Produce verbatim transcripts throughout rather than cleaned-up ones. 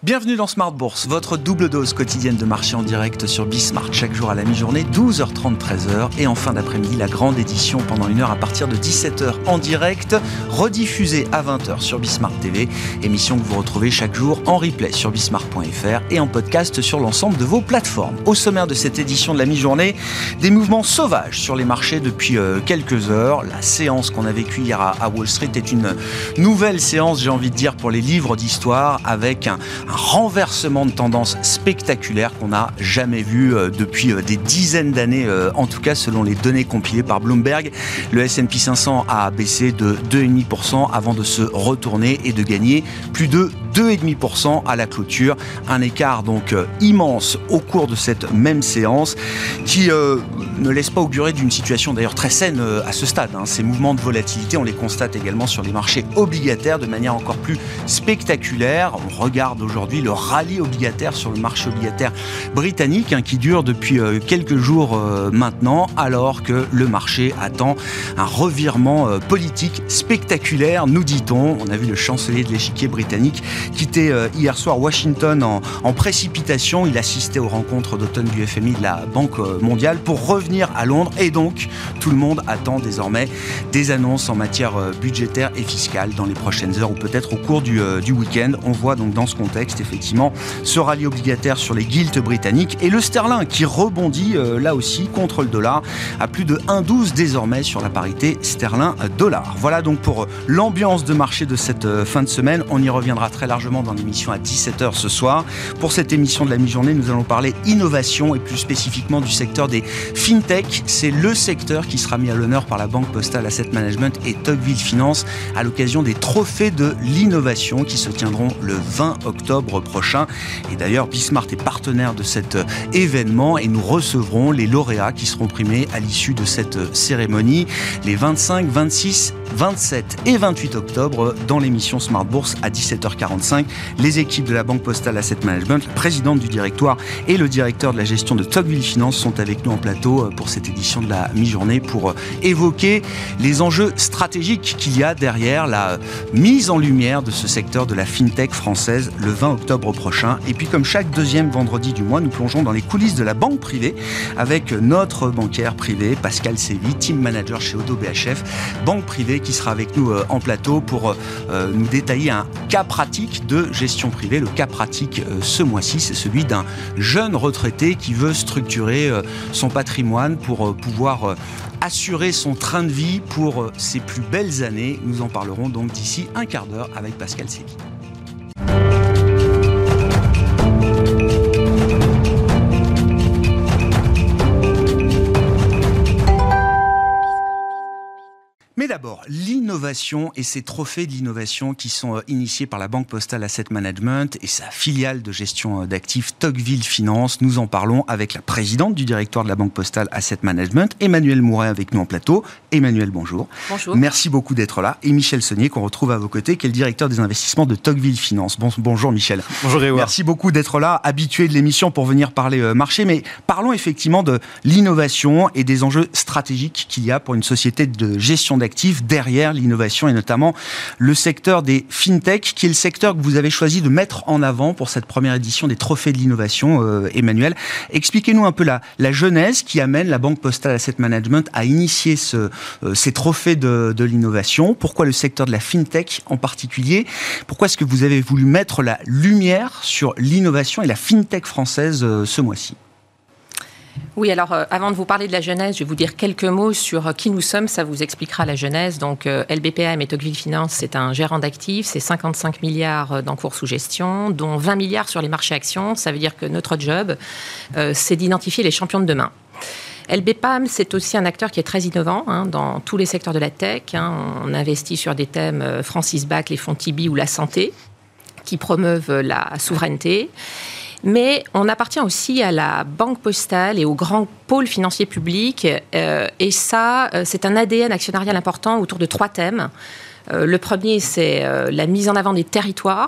Bienvenue dans Smart Bourse, votre double dose quotidienne de marché en direct sur Bismart, chaque jour à la mi-journée, douze heures trente, treize heures, et en fin d'après-midi, la grande édition pendant une heure à partir de dix-sept heures en direct, rediffusée à vingt heures sur Bismart T V, émission que vous retrouvez chaque jour en replay sur bismart point f r et en podcast sur l'ensemble de vos plateformes. Au sommaire de cette édition de la mi-journée, des mouvements sauvages sur les marchés depuis euh, quelques heures. La séance qu'on a vécue hier à, à Wall Street est une nouvelle séance, j'ai envie de dire, pour les livres d'histoire, avec un Un renversement de tendance spectaculaire qu'on n'a jamais vu euh, depuis euh, des dizaines d'années, euh, en tout cas selon les données compilées par Bloomberg. Le S and P cinq cents a baissé de deux virgule cinq pour cent avant de se retourner et de gagner plus de deux virgule cinq pour cent à la clôture. Un écart donc euh, immense au cours de cette même séance qui euh, ne laisse pas augurer d'une situation d'ailleurs très saine euh, à ce stade. Hein. Ces mouvements de volatilité, on les constate également sur les marchés obligataires de manière encore plus spectaculaire. On regarde aujourd'hui le rallye obligataire sur le marché obligataire britannique hein, qui dure depuis euh, quelques jours euh, maintenant, alors que le marché attend un revirement euh, politique spectaculaire, nous dit-on. On a vu le chancelier de l'échiquier britannique quitter euh, hier soir Washington en, en précipitation. Il assistait aux rencontres d'automne du F M I de la Banque mondiale pour revenir à Londres, et donc tout le monde attend désormais des annonces en matière euh, budgétaire et fiscale dans les prochaines heures ou peut-être au cours du, euh, du week-end. On voit donc dans ce contexte effectivement ce rallye obligataire sur les gilts britanniques et le sterling qui rebondit euh, là aussi contre le dollar à plus de un virgule douze désormais sur la parité sterling-dollar. Voilà donc pour l'ambiance de marché de cette euh, fin de semaine. On y reviendra très largement dans l'émission à dix-sept heures ce soir. Pour cette émission de la mi-journée, nous allons parler innovation et plus spécifiquement du secteur des fintech. C'est le secteur qui sera mis à l'honneur par la Banque Postale Asset Management et Tocqueville Finance à l'occasion des trophées de l'innovation qui se tiendront le vingt octobre prochain. Et d'ailleurs, Bismart est partenaire de cet événement et nous recevrons les lauréats qui seront primés à l'issue de cette cérémonie les vingt-cinq, vingt-six, vingt-sept et vingt-huit octobre dans l'émission Smart Bourse à dix-sept heures quarante-cinq. Les équipes de la Banque Postale Asset Management, la présidente du directoire et le directeur de la gestion de Tocqueville Finance sont avec nous en plateau pour cette édition de la mi-journée pour évoquer les enjeux stratégiques qu'il y a derrière la mise en lumière de ce secteur de la fintech française le vingt octobre prochain. Et puis comme chaque deuxième vendredi du mois, nous plongeons dans les coulisses de la banque privée avec notre banquière privée Pascal Sévy, team manager chez Oddo B H F, banque privée, qui sera avec nous en plateau pour euh, nous détailler un cas pratique de gestion privée. Le cas pratique euh, ce mois-ci, c'est celui d'un jeune retraité qui veut structurer euh, son patrimoine pour euh, pouvoir euh, assurer son train de vie pour euh, ses plus belles années. Nous en parlerons donc d'ici un quart d'heure avec Pascal Sévy. Mais d'abord, l'innovation et ces trophées de l'innovation qui sont initiés par la Banque Postale Asset Management et sa filiale de gestion d'actifs Tocqueville Finance. Nous en parlons avec la présidente du directoire de la Banque Postale Asset Management, Emmanuel Mouret, avec nous en plateau. Emmanuel, bonjour. Bonjour. Merci beaucoup d'être là. Et Michel Saunier, qu'on retrouve à vos côtés, qui est le directeur des investissements de Tocqueville Finance. Bon, bonjour Michel. Bonjour Grégoire. Merci beaucoup d'être là, habitué de l'émission pour venir parler euh, marché. Mais parlons effectivement de l'innovation et des enjeux stratégiques qu'il y a pour une société de gestion d'actifs derrière l'innovation et notamment le secteur des fintech, qui est le secteur que vous avez choisi de mettre en avant pour cette première édition des trophées de l'innovation. euh, Emmanuel, expliquez-nous un peu la, la genèse qui amène la Banque Postale Asset Management à initier ce, euh, ces trophées de, de l'innovation. Pourquoi le secteur de la fintech en particulier? Pourquoi est-ce que vous avez voulu mettre la lumière sur l'innovation et la fintech française euh, ce mois-ci? Oui, alors euh, avant de vous parler de la genèse, je vais vous dire quelques mots sur euh, qui nous sommes, ça vous expliquera la genèse. Donc euh, L B P A M et Tocqueville Finance, c'est un gérant d'actifs, c'est cinquante-cinq milliards d'encours sous gestion, dont vingt milliards sur les marchés actions. Ça veut dire que notre job, euh, c'est d'identifier les champions de demain. L B P A M, c'est aussi un acteur qui est très innovant hein, dans tous les secteurs de la tech. Hein. On investit sur des thèmes euh, Francis Bacq, les fonds Tibi ou la santé, qui promeuvent la souveraineté. Mais on appartient aussi à la Banque Postale et au grand pôle financier public. Euh, et ça, c'est un A D N actionnarial important autour de trois thèmes. Euh, le premier, c'est euh, la mise en avant des territoires.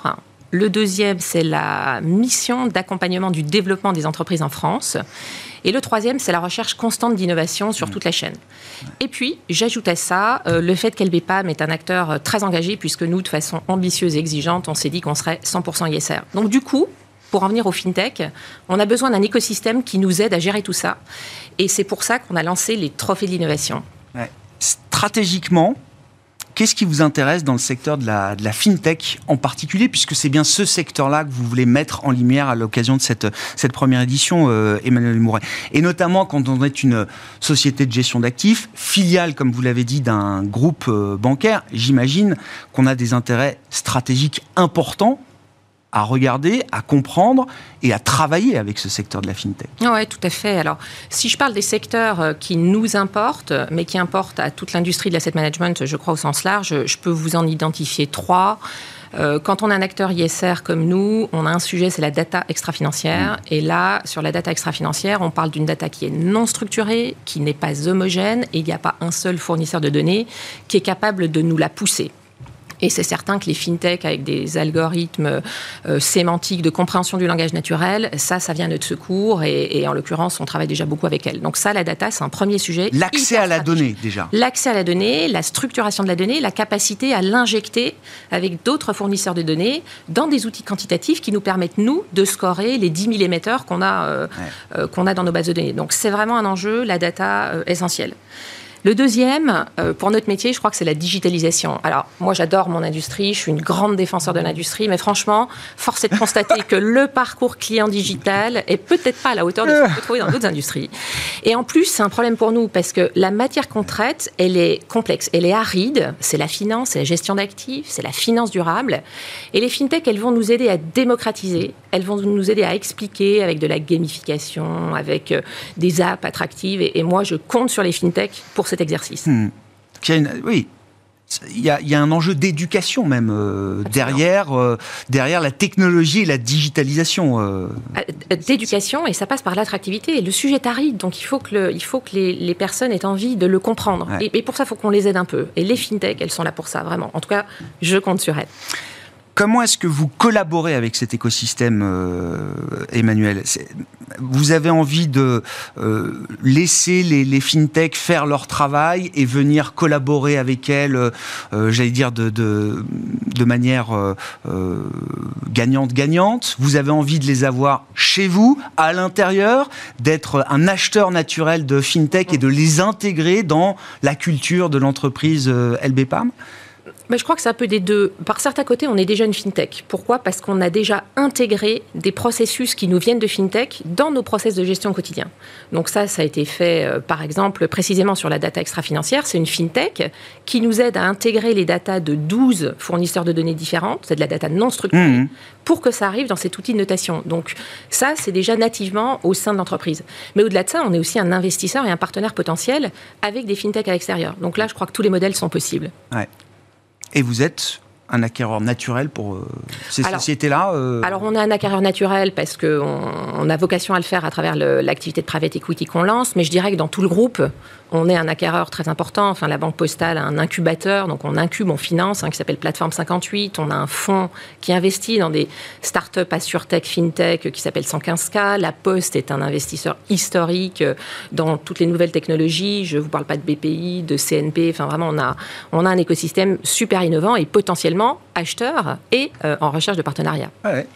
Le deuxième, c'est la mission d'accompagnement du développement des entreprises en France. Et le troisième, c'est la recherche constante d'innovation sur toute la chaîne. Et puis, j'ajoute à ça euh, le fait qu'L B P A M est un acteur très engagé, puisque nous, de façon ambitieuse et exigeante, on s'est dit qu'on serait cent pour cent I S R. Donc du coup, pour en venir au FinTech, on a besoin d'un écosystème qui nous aide à gérer tout ça. Et c'est pour ça qu'on a lancé les trophées de l'innovation. Ouais. Stratégiquement, qu'est-ce qui vous intéresse dans le secteur de la, de la FinTech en particulier, puisque c'est bien ce secteur-là que vous voulez mettre en lumière à l'occasion de cette, cette première édition, euh, Emmanuel Mouret. Et notamment quand on est une société de gestion d'actifs, filiale, comme vous l'avez dit, d'un groupe euh, bancaire, j'imagine qu'on a des intérêts stratégiques importants à regarder, à comprendre et à travailler avec ce secteur de la FinTech. Oui, tout à fait. Alors, si je parle des secteurs qui nous importent, mais qui importent à toute l'industrie de l'asset management, je crois au sens large, je peux vous en identifier trois. Euh, quand on a un acteur I S R comme nous, on a un sujet, c'est la data extra-financière. Mmh. Et là, sur la data extra-financière, on parle d'une data qui est non structurée, qui n'est pas homogène, et il n'y a pas un seul fournisseur de données qui est capable de nous la pousser. Et c'est certain que les fintech avec des algorithmes euh, sémantiques de compréhension du langage naturel, ça, ça vient de notre secours. Et, et en l'occurrence, on travaille déjà beaucoup avec elles. Donc ça, la data, c'est un premier sujet. L'accès à la donnée, déjà. L'accès à la donnée, la structuration de la donnée, la capacité à l'injecter avec d'autres fournisseurs de données dans des outils quantitatifs qui nous permettent, nous, de scorer les dix mille émetteurs qu'on a, euh, ouais. euh, qu'on a dans nos bases de données. Donc c'est vraiment un enjeu, la data euh, essentielle. Le deuxième, euh, pour notre métier, je crois que c'est la digitalisation. Alors, moi, j'adore mon industrie, je suis une grande défenseur de l'industrie, mais franchement, force est de constater que le parcours client digital est peut-être pas à la hauteur de ce qu'on peut trouver dans d'autres industries. Et en plus, c'est un problème pour nous, parce que la matière qu'on traite, elle est complexe, elle est aride, c'est la finance, c'est la gestion d'actifs, c'est la finance durable. Et les fintech, elles vont nous aider à démocratiser, elles vont nous aider à expliquer avec de la gamification, avec euh, des apps attractives. Et, et moi, je compte sur les fintech pour cet exercice. Hmm. Il y a une, oui, il y, a, il y a un enjeu d'éducation même euh, derrière, euh, derrière la technologie et la digitalisation. Euh. D'éducation, et ça passe par l'attractivité. Et le sujet est aride, donc il faut que, le, il faut que les, les personnes aient envie de le comprendre. Ouais. Et, et pour ça, il faut qu'on les aide un peu. Et les fintech, elles sont là pour ça, vraiment. En tout cas, je compte sur elles. Comment est-ce que vous collaborez avec cet écosystème, euh, Emmanuel ? C'est, vous avez envie de euh, laisser les, les fintech faire leur travail et venir collaborer avec elles, euh, j'allais dire, de, de, de manière euh, euh, gagnante-gagnante. Vous avez envie de les avoir chez vous, à l'intérieur, d'être un acheteur naturel de fintech et de les intégrer dans la culture de l'entreprise euh, L B P A M ? Mais je crois que c'est un peu des deux. Par certains côtés, on est déjà une fintech. Pourquoi ? Parce qu'on a déjà intégré des processus qui nous viennent de fintech dans nos process de gestion quotidien. Donc ça, ça a été fait, euh, par exemple, précisément sur la data extra-financière. C'est une fintech qui nous aide à intégrer les datas de douze fournisseurs de données différentes, c'est de la data non structurée, mmh. pour que ça arrive dans cet outil de notation. Donc ça, c'est déjà nativement au sein de l'entreprise. Mais au-delà de ça, on est aussi un investisseur et un partenaire potentiel avec des fintech à l'extérieur. Donc là, je crois que tous les modèles sont possibles. Ouais. Et vous êtes un acquéreur naturel pour euh, ces alors, sociétés-là euh... Alors, on est un acquéreur naturel parce qu'on on a vocation à le faire à travers le, l'activité de private equity qu'on lance, mais je dirais que dans tout le groupe, on est un acquéreur très important. Enfin, la Banque Postale a un incubateur, donc on incube, on finance, hein, qui s'appelle Plateforme cinquante-huit. On a un fonds qui investit dans des startups AssureTech, FinTech, qui s'appelle cent quinze K. La Poste est un investisseur historique dans toutes les nouvelles technologies. Je ne vous parle pas de B P I, de C N P. Enfin, vraiment, on a, on a un écosystème super innovant et potentiellement acheteur et euh, en recherche de partenariat. Ouais.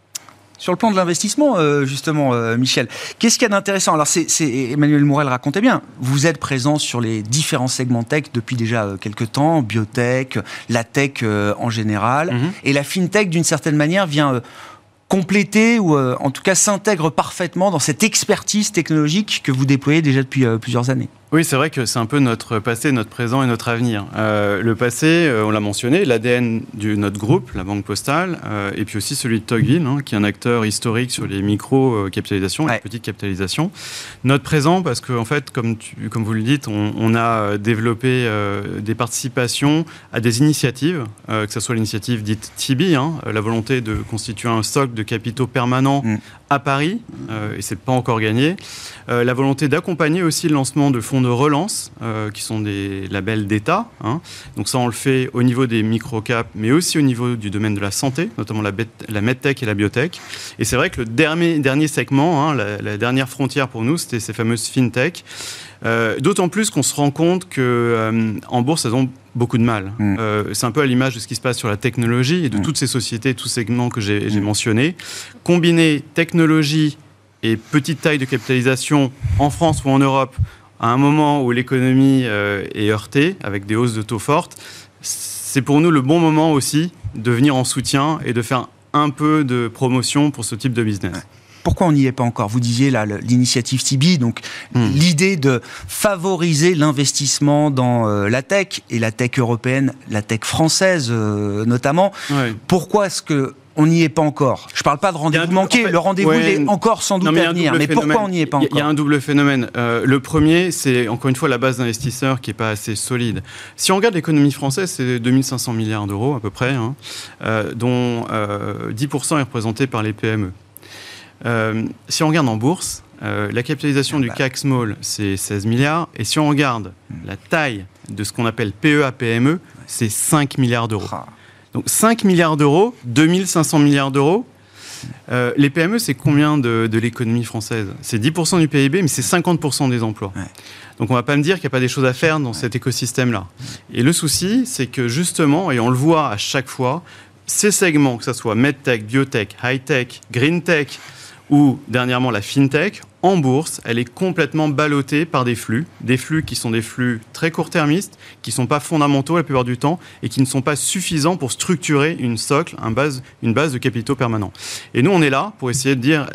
Sur le plan de l'investissement, euh, justement, euh, Michel, qu'est-ce qu'il y a d'intéressant ? Alors, c'est, c'est, Emmanuel Mouret le racontait bien. Vous êtes présent sur les différents segments tech depuis déjà euh, quelques temps, biotech, la tech euh, en général, mm-hmm. et la fintech, d'une certaine manière, vient euh, compléter ou euh, en tout cas s'intègre parfaitement dans cette expertise technologique que vous déployez déjà depuis euh, plusieurs années. Oui, c'est vrai que c'est un peu notre passé, notre présent et notre avenir. Euh, le passé, euh, on l'a mentionné, l'A D N de notre groupe, la Banque Postale, euh, et puis aussi celui de Tocqueville, hein, qui est un acteur historique sur les micro-capitalisations, ouais. les petites capitalisations. Notre présent, parce qu'en en fait, comme, tu, comme vous le dites, on, on a développé euh, des participations à des initiatives, euh, que ce soit l'initiative dite T B, hein, la volonté de constituer un stock de capitaux permanents mmh. à Paris, euh, et c'est pas encore gagné. Euh, la volonté d'accompagner aussi le lancement de fonds de relance, euh, qui sont des labels d'État. Hein. Donc ça, on le fait au niveau des micro-caps, mais aussi au niveau du domaine de la santé, notamment la, bet- la medtech et la biotech. Et c'est vrai que le dernier, dernier segment, hein, la, la dernière frontière pour nous, c'était ces fameuses fintech. Euh, d'autant plus qu'on se rend compte qu'en euh, bourse, elles ont beaucoup de mal. Mmh. Euh, c'est un peu à l'image de ce qui se passe sur la technologie et de mmh. toutes ces sociétés, tous ces segments que j'ai, mmh. j'ai mentionnés. Combiner technologie et petite taille de capitalisation en France ou en Europe, à un moment où l'économie euh, est heurtée, avec des hausses de taux fortes, c'est pour nous le bon moment aussi de venir en soutien et de faire un peu de promotion pour ce type de business. Ouais. Pourquoi on n'y est pas encore ? Vous disiez là, l'initiative Tibi, donc mmh. l'idée de favoriser l'investissement dans euh, la tech, et la tech européenne, la tech française euh, notamment. Ouais. Pourquoi est-ce que on n'y est pas encore ? Je ne parle pas de rendez-vous manqué, en fait, le rendez-vous ouais, il est encore sans doute non, à venir, mais phénomène. Pourquoi on n'y est pas encore ? Il y a un double phénomène. Euh, le premier, c'est encore une fois la base d'investisseurs qui n'est pas assez solide. Si on regarde l'économie française, c'est deux mille cinq cents milliards d'euros à peu près, hein, euh, dont euh, dix pour cent est représenté par les P M E. Euh, si on regarde en bourse, euh, la capitalisation du C A C Small, c'est seize milliards. Et si on regarde la taille de ce qu'on appelle P E A P M E, c'est cinq milliards d'euros. Donc cinq milliards d'euros, deux mille cinq cents milliards d'euros. Euh, les P M E, c'est combien de, de l'économie française ? C'est dix pour cent du P I B, mais c'est cinquante pour cent des emplois. Ouais. Donc on ne va pas me dire qu'il n'y a pas des choses à faire dans ouais. cet écosystème-là. Et le souci, c'est que justement, et on le voit à chaque fois, ces segments, que ce soit medtech, biotech, high-tech, green-tech, ou dernièrement la fintech, en bourse, elle est complètement ballottée par des flux, des flux qui sont des flux très court-termistes, qui ne sont pas fondamentaux la plupart du temps et qui ne sont pas suffisants pour structurer une socle, une base, une base de capitaux permanents. Et nous, on est là pour essayer de dire...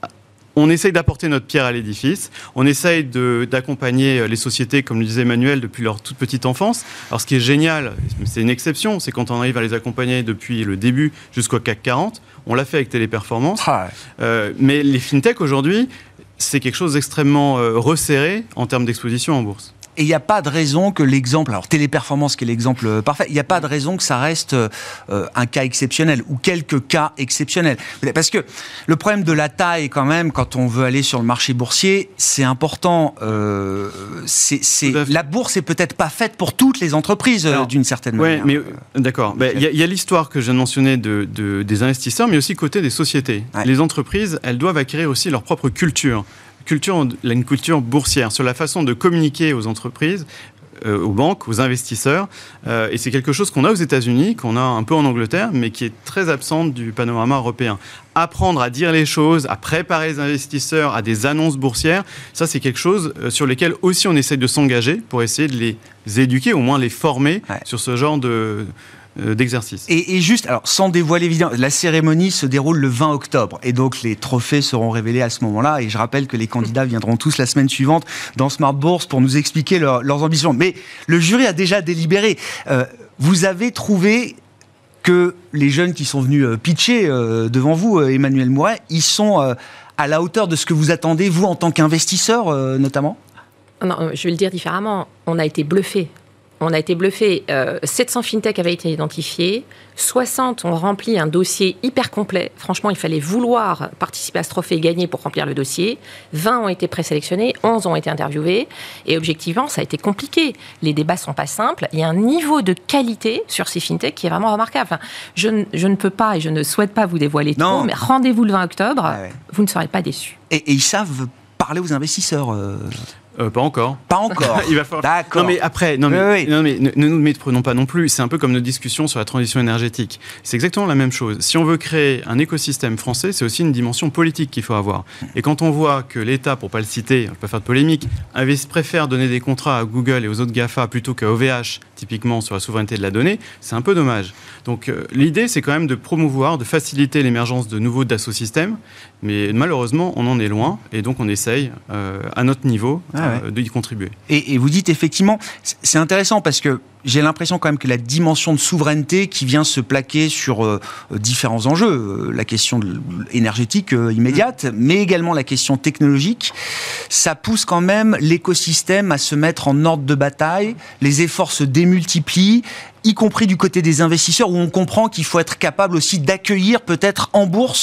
On essaye d'apporter notre pierre à l'édifice, on essaye de, d'accompagner les sociétés, comme le disait Emmanuel, depuis leur toute petite enfance. Alors ce qui est génial, c'est une exception, c'est quand on arrive à les accompagner depuis le début jusqu'au C A C quarante, on l'a fait avec Téléperformance, ah ouais. euh, mais les fintech aujourd'hui, c'est quelque chose d'extrêmement euh, resserré en termes d'exposition en bourse. Et il n'y a pas de raison que l'exemple, alors Téléperformance qui est l'exemple parfait, il n'y a pas de raison que ça reste euh, un cas exceptionnel ou quelques cas exceptionnels. Parce que le problème de la taille quand même, quand on veut aller sur le marché boursier, c'est important. Euh, c'est, c'est, la bourse n'est peut-être pas faite pour toutes les entreprises alors, d'une certaine ouais, manière. Mais, euh, d'accord. Il bah, y, y a l'histoire que je viens de mentionner de, de, des investisseurs, mais aussi côté des sociétés. Ouais. Les entreprises, elles doivent acquérir aussi leur propre culture. Culture, une culture boursière, sur la façon de communiquer aux entreprises, euh, aux banques, aux investisseurs. Euh, et c'est quelque chose qu'on a aux États-Unis, qu'on a un peu en Angleterre, mais qui est très absente du panorama européen. Apprendre à dire les choses, à préparer les investisseurs à des annonces boursières, ça c'est quelque chose sur lequel aussi on essaie de s'engager pour essayer de les éduquer, au moins les former ouais. sur ce genre de... d'exercice. Et, et juste, alors sans dévoiler évidemment, la cérémonie se déroule le vingt octobre et donc les trophées seront révélés à ce moment-là et je rappelle que les candidats viendront tous la semaine suivante dans Smart Bourse pour nous expliquer leur, leurs ambitions. Mais le jury a déjà délibéré. Euh, vous avez trouvé que les jeunes qui sont venus pitcher euh, devant vous, euh, Emmanuel Mouret, ils sont euh, à la hauteur de ce que vous attendez, vous en tant qu'investisseur euh, notamment ? Non, je vais le dire différemment. On a été bluffés. On a été bluffés. Euh, sept cents fintech avaient été identifiés. soixante ont rempli un dossier hyper complet. Franchement, il fallait vouloir participer à ce trophée et gagner pour remplir le dossier. vingt ont été présélectionnés, onze ont été interviewés. Et objectivement, ça a été compliqué. Les débats ne sont pas simples. Il y a un niveau de qualité sur ces fintech qui est vraiment remarquable. Enfin, je, ne, je ne peux pas et je ne souhaite pas vous dévoiler non. trop, mais rendez-vous le vingt octobre, ah ouais. vous ne serez pas déçus. Et, et ils savent parler aux investisseurs euh... Euh, pas encore. Pas encore. Il va falloir. D'accord. Non mais après, non mais, oui, oui. Non, mais ne, ne nous méprenons pas non plus. C'est un peu comme nos discussions sur la transition énergétique. C'est exactement la même chose. Si on veut créer un écosystème français, c'est aussi une dimension politique qu'il faut avoir. Et quand on voit que l'État, pour pas le citer, on ne peut pas faire de polémique, préfère donner des contrats à Google et aux autres GAFA plutôt qu'à O V H, typiquement sur la souveraineté de la donnée, c'est un peu dommage. Donc euh, l'idée, c'est quand même de promouvoir, de faciliter l'émergence de nouveaux dasso-systèmes. Mais malheureusement, on en est loin. Et donc on essaye, euh, à notre niveau, ah ouais. euh, d'y contribuer. Et, et vous dites effectivement, c'est intéressant parce que j'ai l'impression quand même que la dimension de souveraineté qui vient se plaquer sur euh, différents enjeux, euh, la question de, énergétique euh, immédiate, mmh. mais également la question technologique, ça pousse quand même l'écosystème à se mettre en ordre de bataille, les efforts se démultiplient, y compris du côté des investisseurs, où on comprend qu'il faut être capable aussi d'accueillir peut-être en bourse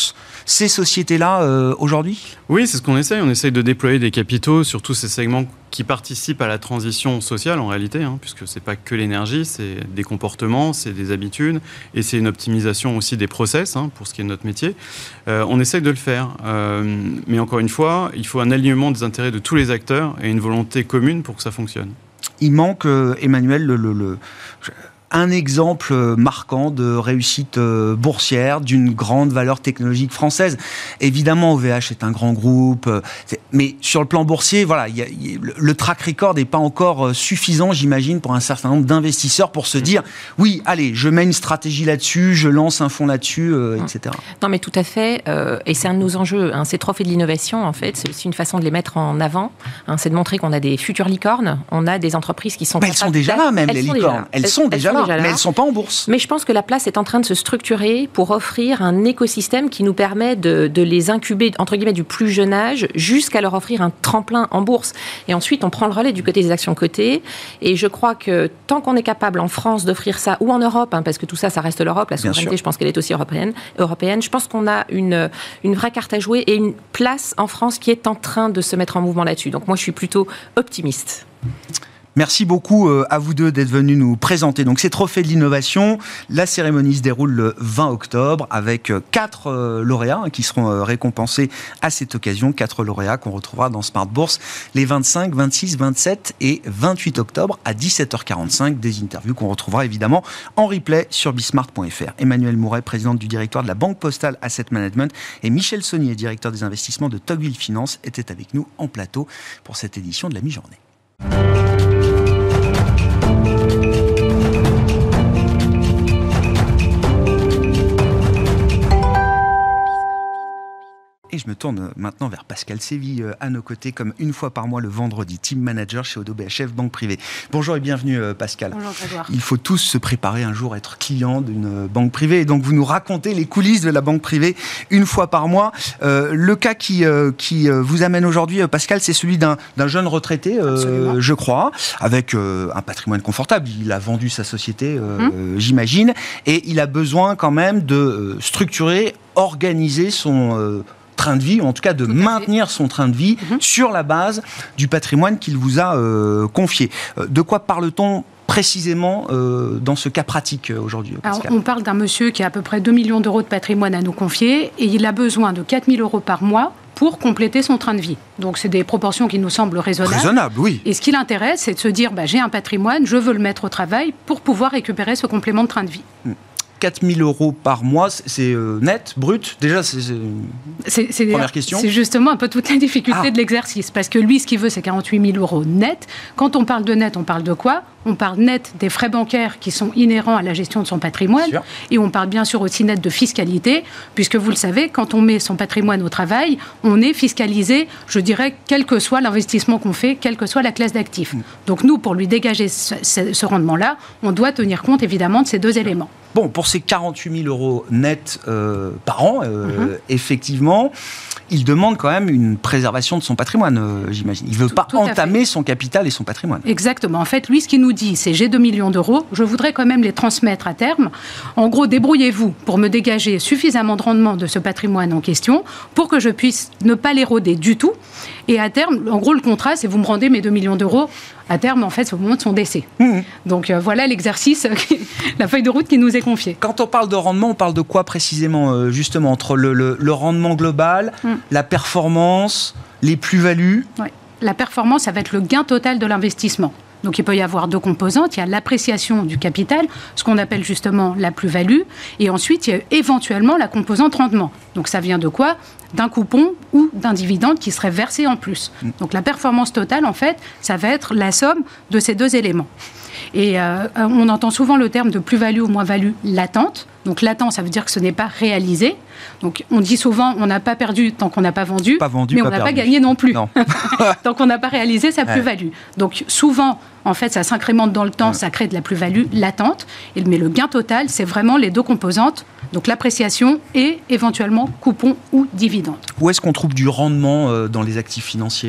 ces sociétés-là euh, aujourd'hui ? Oui, c'est ce qu'on essaye. On essaye de déployer des capitaux sur tous ces segments qui participent à la transition sociale en réalité, hein, puisque c'est pas que l'énergie, c'est des comportements, c'est des habitudes, et c'est une optimisation aussi des process, hein, pour ce qui est de notre métier. Euh, on essaye de le faire, euh, mais encore une fois, il faut un alignement des intérêts de tous les acteurs et une volonté commune pour que ça fonctionne. Il manque, euh, Emmanuel, le... le, le... un exemple marquant de réussite boursière d'une grande valeur technologique française. Évidemment, O V H est un grand groupe, mais sur le plan boursier, voilà, y a, y a, le track record n'est pas encore suffisant, j'imagine, pour un certain nombre d'investisseurs pour se dire, oui, allez, je mets une stratégie là-dessus, je lance un fonds là-dessus, euh, et cetera. Non, mais tout à fait, euh, et c'est un de nos enjeux, hein, ces trophées de l'innovation, en fait, c'est aussi une façon de les mettre en avant, hein, c'est de montrer qu'on a des futures licornes, on a des entreprises qui sont... Mais elles sont déjà là, même, elles les licornes. Elles, elles sont déjà là. Déjà là. Mais elles ne sont pas en bourse. Mais je pense que la place est en train de se structurer pour offrir un écosystème qui nous permet de, de les incuber, entre guillemets, du plus jeune âge jusqu'à leur offrir un tremplin en bourse. Et ensuite, on prend le relais du côté des actions cotées. Et je crois que tant qu'on est capable en France d'offrir ça, ou en Europe, hein, parce que tout ça, ça reste l'Europe, la souveraineté, je pense qu'elle est aussi européenne, européenne, je pense qu'on a une, une vraie carte à jouer et une place en France qui est en train de se mettre en mouvement là-dessus. Donc moi, je suis plutôt optimiste. Merci beaucoup à vous deux d'être venus nous présenter donc ces trophées de l'innovation. La cérémonie se déroule le vingt octobre avec quatre lauréats qui seront récompensés à cette occasion. Quatre lauréats qu'on retrouvera dans Smart Bourse les vingt-cinq, vingt-six, vingt-sept et vingt-huit octobre à dix-sept heures quarante-cinq. Des interviews qu'on retrouvera évidemment en replay sur bismart point f r. Emmanuelle Mouret, présidente du directoire de la Banque Postale Asset Management, et Michel Saunier, directeur des investissements de Tocqueville Finance, étaient avec nous en plateau pour cette édition de la mi-journée. Et je me tourne maintenant vers Pascal Séville, à nos côtés, comme une fois par mois le vendredi, team manager chez Oddo B H F Banque Privée. Bonjour et bienvenue Pascal. Bonjour Grégoire. Il faut tous se préparer un jour à être client d'une banque privée. Et donc vous nous racontez les coulisses de la banque privée une fois par mois. Euh, le cas qui, euh, qui vous amène aujourd'hui, Pascal, c'est celui d'un, d'un jeune retraité, euh, je crois, avec euh, un patrimoine confortable. Il a vendu sa société, euh, hum. j'imagine. Et il a besoin quand même de euh, structurer, organiser son... Euh, train de vie, ou en tout cas de tout maintenir son train de vie mmh. sur la base du patrimoine qu'il vous a euh, confié. De quoi parle-t-on précisément euh, dans ce cas pratique euh, aujourd'hui, Alors, on parle d'un monsieur qui a à peu près deux millions d'euros de patrimoine à nous confier et il a besoin de quatre mille euros par mois pour compléter son train de vie. Donc, c'est des proportions qui nous semblent raisonnables. Raisonnable, oui. Et ce qui l'intéresse, c'est de se dire, bah, j'ai un patrimoine, je veux le mettre au travail pour pouvoir récupérer ce complément de train de vie. Mmh. quatre mille euros par mois, c'est euh, net, brut. Déjà, c'est, c'est... C'est, c'est première question. C'est justement un peu toute la difficulté ah. de l'exercice. Parce que lui, ce qu'il veut, c'est quarante-huit mille euros net. Quand on parle de net, on parle de quoi ? On parle net des frais bancaires qui sont inhérents à la gestion de son patrimoine. Et on parle bien sûr aussi net de fiscalité, puisque vous le savez, quand on met son patrimoine au travail, on est fiscalisé, je dirais, quel que soit l'investissement qu'on fait, quelle que soit la classe d'actifs. Mmh. Donc nous, pour lui dégager ce, ce, ce rendement-là, on doit tenir compte évidemment de ces deux éléments. Bon, pour ces quarante-huit mille euros nets euh, par an, euh, mm-hmm. effectivement, il demande quand même une préservation de son patrimoine, euh, j'imagine. Il ne veut tout, pas tout entamer son capital et son patrimoine. Exactement. En fait, lui, ce qu'il nous dit, c'est j'ai deux millions d'euros, je voudrais quand même les transmettre à terme. En gros, débrouillez-vous pour me dégager suffisamment de rendement de ce patrimoine en question pour que je puisse ne pas l'éroder du tout. Et à terme, en gros, le contrat, c'est vous me rendez mes deux millions d'euros. À terme, en fait, c'est au moment de son décès. Mmh. Donc euh, voilà l'exercice, la feuille de route qui nous est confiée. Quand on parle de rendement, on parle de quoi précisément, euh, justement, entre le, le, le rendement global, mmh. la performance, les plus-values ? Ouais. La performance, ça va être le gain total de l'investissement. Donc il peut y avoir deux composantes. Il y a l'appréciation du capital, ce qu'on appelle justement la plus-value. Et ensuite, il y a éventuellement la composante rendement. Donc ça vient de quoi ? D'un coupon ou d'un dividende qui serait versé en plus. Donc la performance totale, en fait, ça va être la somme de ces deux éléments. Et euh, on entend souvent le terme de plus-value ou moins-value latente. Donc latent, ça veut dire que ce n'est pas réalisé. Donc on dit souvent on n'a pas perdu tant qu'on n'a pas vendu, pas vendu mais pas on n'a perdu. pas gagné non plus. Non. Tant qu'on n'a pas réalisé sa plus-value. Ouais. Donc souvent, en fait, ça s'incrémente dans le temps, ouais. ça crée de la plus-value latente. Mais le gain total, c'est vraiment les deux composantes, donc l'appréciation et éventuellement coupon ou dividende. Où est-ce qu'on trouve du rendement dans les actifs financiers, Pascal ?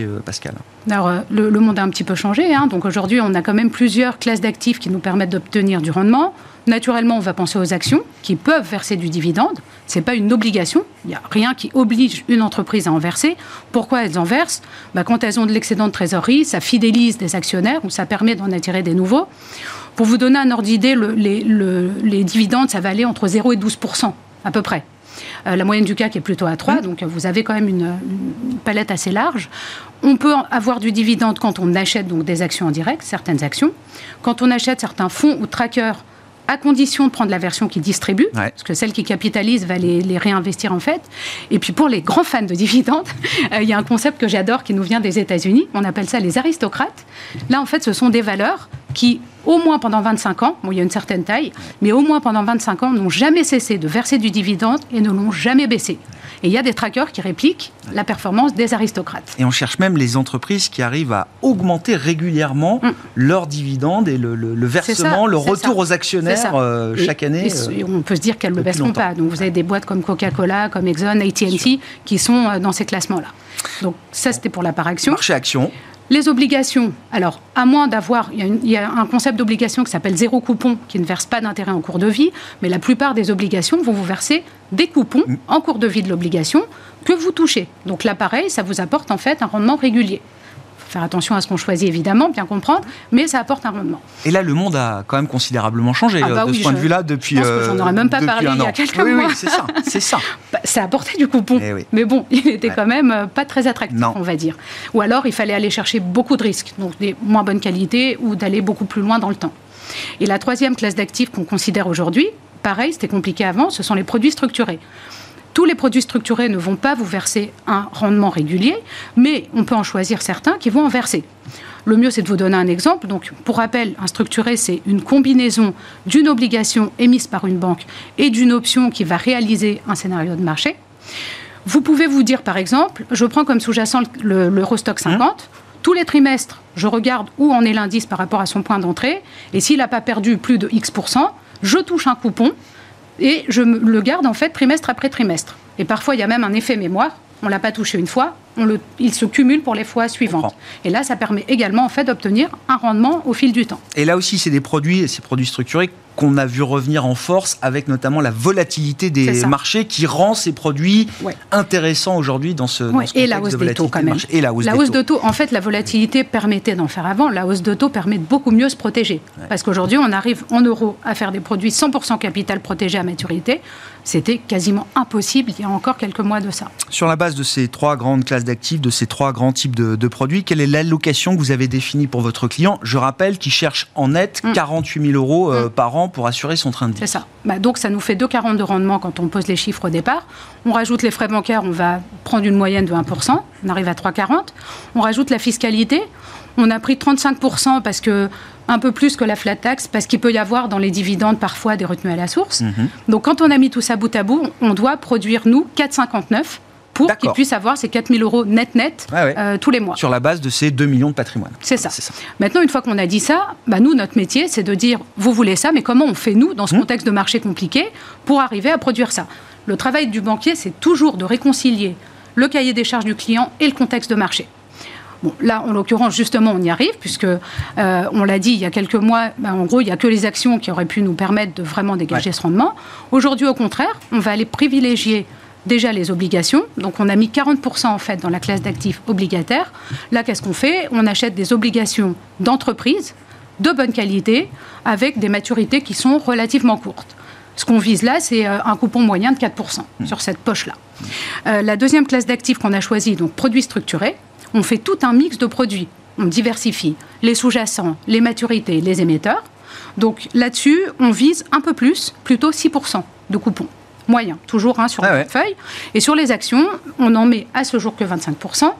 Alors, le, le monde a un petit peu changé. Hein. Donc aujourd'hui, on a quand même plusieurs classes d'actifs qui nous permettent d'obtenir du rendement. Naturellement, on va penser aux actions qui peuvent verser du dividende. Ce n'est pas une obligation. Il n'y a rien qui oblige une entreprise à en verser. Pourquoi elles en versent ? Bah, quand elles ont de l'excédent de trésorerie, ça fidélise des actionnaires ou ça permet d'en attirer des nouveaux. Pour vous donner un ordre d'idée, le, les, le, les dividendes, ça va aller entre zéro et douze pour cent à peu près. Euh, la moyenne du C A C est plutôt à trois, mmh. donc vous avez quand même une, une palette assez large. On peut avoir du dividende quand on achète donc des actions en direct, certaines actions. Quand on achète certains fonds ou trackers, à condition de prendre la version qui distribue, ouais. parce que celle qui capitalise va les, les réinvestir en fait. Et puis pour les grands fans de dividendes, il euh, y a un concept que j'adore qui nous vient des États-Unis. On appelle ça les aristocrates. Là, en fait, ce sont des valeurs qui, au moins pendant vingt-cinq ans, bon, il y a une certaine taille, mais au moins pendant vingt-cinq ans, n'ont jamais cessé de verser du dividende et ne l'ont jamais baissé. Et il y a des trackers qui répliquent la performance des aristocrates. Et on cherche même les entreprises qui arrivent à augmenter régulièrement mmh. leurs dividendes et le, le, le versement, ça, le retour ça. aux actionnaires euh, chaque et, année. Et, euh, on peut se dire qu'elles ne le baisseront pas. Donc vous avez des boîtes comme Coca-Cola, comme Exxon, A T and T qui sont dans ces classements-là. Donc ça, c'était pour la part action. Marché action. Les obligations, alors, à moins d'avoir... Il y a, une, il y a un concept d'obligation qui s'appelle zéro coupon, qui ne verse pas d'intérêt en cours de vie, mais la plupart des obligations vont vous verser des coupons mmh. en cours de vie de l'obligation que vous touchez. Donc là, pareil, ça vous apporte en fait un rendement régulier. Il faut faire attention à ce qu'on choisit, évidemment, bien comprendre, mais ça apporte un rendement. Et là, le monde a quand même considérablement changé ah bah de oui, ce point je, de vue-là depuis Je pense que j'en aurais même pas parlé il y a quelques oui, mois. Oui, c'est ça, c'est ça. Bah, ça apportait du coupon, oui. mais bon, il n'était ouais. quand même pas très attractif, non. on va dire. Ou alors, il fallait aller chercher beaucoup de risques, donc des moins bonnes qualités ou d'aller beaucoup plus loin dans le temps. Et la troisième classe d'actifs qu'on considère aujourd'hui, pareil, c'était compliqué avant, ce sont les produits structurés. Tous les produits structurés ne vont pas vous verser un rendement régulier, mais on peut en choisir certains qui vont en verser. Le mieux, c'est de vous donner un exemple. Donc, pour rappel, un structuré, c'est une combinaison d'une obligation émise par une banque et d'une option qui va réaliser un scénario de marché. Vous pouvez vous dire, par exemple, je prends comme sous-jacent le, l'Eurostock cinquante. Mmh. Tous les trimestres, je regarde où en est l'indice par rapport à son point d'entrée. Et s'il n'a pas perdu plus de X pour cent, je touche un coupon. Et je le garde, en fait, trimestre après trimestre. Et parfois, il y a même un effet mémoire. On ne l'a pas touché une fois, on le, il se cumule pour les fois suivantes. Et là, ça permet également, en fait, d'obtenir un rendement au fil du temps. Et là aussi, c'est des produits, ces produits structurés qu'on a vu revenir en force avec notamment la volatilité des marchés qui rend ces produits ouais. intéressants aujourd'hui dans ce, ouais. dans ce contexte et la hausse de des taux quand même. Et la hausse, la des, hausse taux. de taux. En fait, la volatilité permettait d'en faire avant. La hausse de taux permet de beaucoup mieux se protéger. Ouais. Parce qu'aujourd'hui, on arrive en euros à faire des produits cent pour cent capital protégé à maturité. C'était quasiment impossible il y a encore quelques mois de ça. Sur la base de ces trois grandes classes d'actifs, de ces trois grands types de, de produits, quelle est l'allocation que vous avez définie pour votre client ? Je rappelle qu'il cherche en net mmh. quarante-huit mille euros euh, mmh. par an pour assurer son train de vie. C'est ça. Bah, donc ça nous fait deux virgule quarante de rendement quand on pose les chiffres au départ. On rajoute les frais bancaires, on va prendre une moyenne de un pour cent. On arrive à trois virgule quarante. On rajoute la fiscalité. On a pris trente-cinq pour cent parce que un peu plus que la flat tax, parce qu'il peut y avoir dans les dividendes parfois des retenues à la source. Mmh. Donc quand on a mis tout ça bout à bout, on doit produire, nous, quatre virgule cinquante-neuf pour D'accord. qu'ils puissent avoir ces quatre mille euros net net ah ouais. euh, tous les mois. Sur la base de ces deux millions de patrimoine. C'est ça. C'est ça. Maintenant, une fois qu'on a dit ça, bah nous, notre métier, c'est de dire, vous voulez ça, mais comment on fait, nous, dans ce mmh. contexte de marché compliqué, pour arriver à produire ça ? Le travail du banquier, c'est toujours de réconcilier le cahier des charges du client et le contexte de marché. Bon, là, en l'occurrence, justement, on y arrive, puisque, euh, on l'a dit il y a quelques mois, ben, en gros, il n'y a que les actions qui auraient pu nous permettre de vraiment dégager ouais. ce rendement. Aujourd'hui, au contraire, on va aller privilégier déjà les obligations. Donc, on a mis quarante pour cent, en fait, dans la classe d'actifs obligataires. Là, qu'est-ce qu'on fait ? On achète des obligations d'entreprise de bonne qualité, avec des maturités qui sont relativement courtes. Ce qu'on vise là, c'est un coupon moyen de quatre pour cent mmh. sur cette poche-là. Euh, la deuxième classe d'actifs qu'on a choisie, donc produits structurés, on fait tout un mix de produits. On diversifie les sous-jacents, les maturités, les émetteurs. Donc là-dessus, on vise un peu plus, plutôt six pour cent de coupons. Moyen, toujours hein, sur ah le portefeuille. Ouais. Et sur les actions, on en met à ce jour que vingt-cinq pour cent.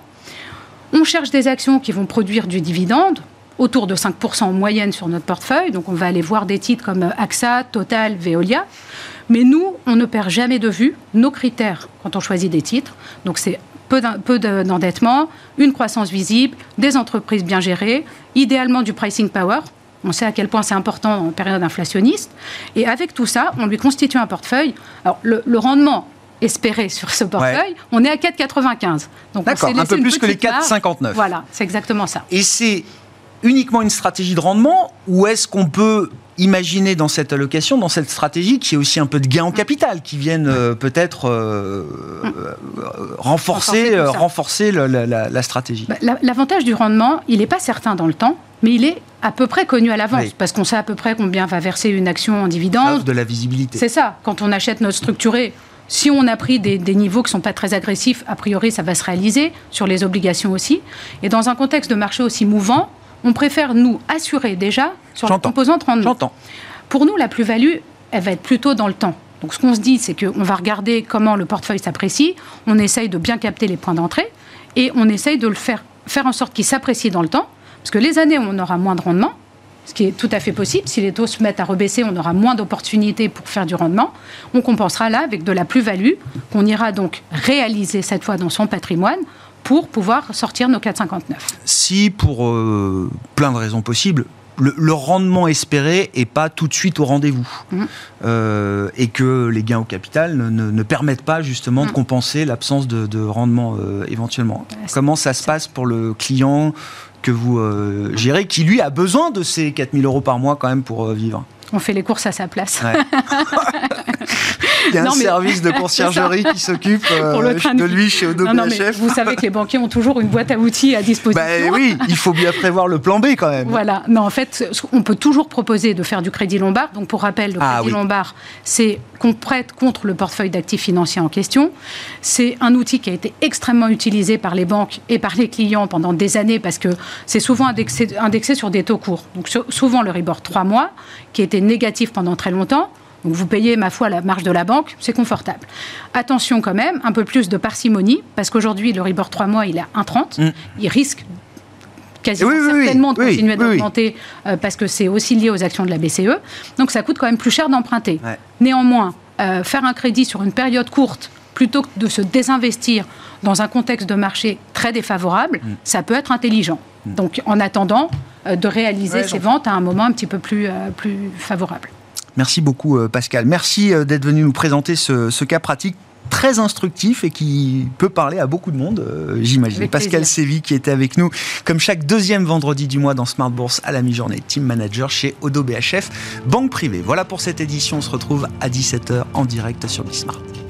On cherche des actions qui vont produire du dividende, autour de cinq pour cent en moyenne sur notre portefeuille. Donc on va aller voir des titres comme A X A, Total, Veolia. Mais nous, on ne perd jamais de vue nos critères quand on choisit des titres. Donc c'est peu, peu d'endettement, une croissance visible, des entreprises bien gérées, idéalement du pricing power. On sait à quel point c'est important en période inflationniste. Et avec tout ça, on lui constitue un portefeuille. Alors, le, le rendement espéré sur ce portefeuille, ouais. on est à quatre virgule quatre-vingt-quinze. Donc D'accord, un peu plus que les quatre virgule cinquante-neuf. Voilà, c'est exactement ça. Et c'est uniquement une stratégie de rendement ou est-ce qu'on peut imaginer dans cette allocation, dans cette stratégie, qu'il y ait aussi un peu de gains en capital qui viennent euh, peut-être euh, euh, renforcer, euh, renforcer le, la, la, la stratégie. Bah, l'avantage du rendement, il n'est pas certain dans le temps, mais il est à peu près connu à l'avance, oui. parce qu'on sait à peu près combien va verser une action en dividende. De la visibilité. C'est ça. Quand on achète notre structuré, si on a pris des, des niveaux qui ne sont pas très agressifs, a priori, ça va se réaliser, sur les obligations aussi. Et dans un contexte de marché aussi mouvant, on préfère, nous, assurer déjà sur la composante rendement. J'entends. Pour nous, la plus-value, elle va être plutôt dans le temps. Donc, ce qu'on se dit, c'est qu'on va regarder comment le portefeuille s'apprécie, on essaye de bien capter les points d'entrée, et on essaye de le faire, faire en sorte qu'il s'apprécie dans le temps, parce que les années où on aura moins de rendement, ce qui est tout à fait possible, si les taux se mettent à rebaisser, on aura moins d'opportunités pour faire du rendement, on compensera là avec de la plus-value, qu'on ira donc réaliser cette fois dans son patrimoine, pour pouvoir sortir nos quatre virgule cinquante-neuf. Si, pour euh, plein de raisons possibles, le, le rendement espéré n'est pas tout de suite au rendez-vous, mmh. euh, et que les gains au capital ne, ne, ne permettent pas justement mmh. de compenser l'absence de, de rendement euh, éventuellement. Ouais, Comment ça se passe pour le client que vous euh, gérez, qui lui a besoin de ces quatre mille euros par mois quand même pour euh, vivre? On fait les courses à sa place. Ouais. Il y a non, un mais... service de conciergerie qui s'occupe euh, de lui chez Odo B H F. Vous savez que les banquiers ont toujours une boîte à outils à disposition. Ben oui, il faut bien prévoir le plan B quand même. Voilà. Non, en fait, on peut toujours proposer de faire du crédit lombard. Donc, pour rappel, le ah, crédit oui. lombard, c'est qu'on prête contre le portefeuille d'actifs financiers en question. C'est un outil qui a été extrêmement utilisé par les banques et par les clients pendant des années parce que c'est souvent indexé, indexé sur des taux courts. Donc, souvent, le Euribor trois mois, qui était négatif pendant très longtemps. Donc vous payez, ma foi, la marge de la banque, c'est confortable. Attention quand même, un peu plus de parcimonie, parce qu'aujourd'hui, le Euribor trois mois, il est à un virgule trente. Mmh. Il risque quasiment oui, oui, certainement oui, de continuer oui, d'augmenter, oui. euh, parce que c'est aussi lié aux actions de la B C E. Donc ça coûte quand même plus cher d'emprunter. Ouais. Néanmoins, euh, faire un crédit sur une période courte, plutôt que de se désinvestir dans un contexte de marché très défavorable, mmh. ça peut être intelligent. Mmh. Donc en attendant euh, de réaliser ouais, ces ventes à un moment un petit peu plus, euh, plus favorable. Merci beaucoup Pascal. Merci d'être venu nous présenter ce, ce cas pratique très instructif et qui peut parler à beaucoup de monde, euh, j'imagine. Avec Pascal Sévy qui était avec nous comme chaque deuxième vendredi du mois dans Smart Bourse à la mi-journée, team manager chez Odo B H F, banque privée. Voilà pour cette édition, on se retrouve à dix-sept heures en direct sur Bismart.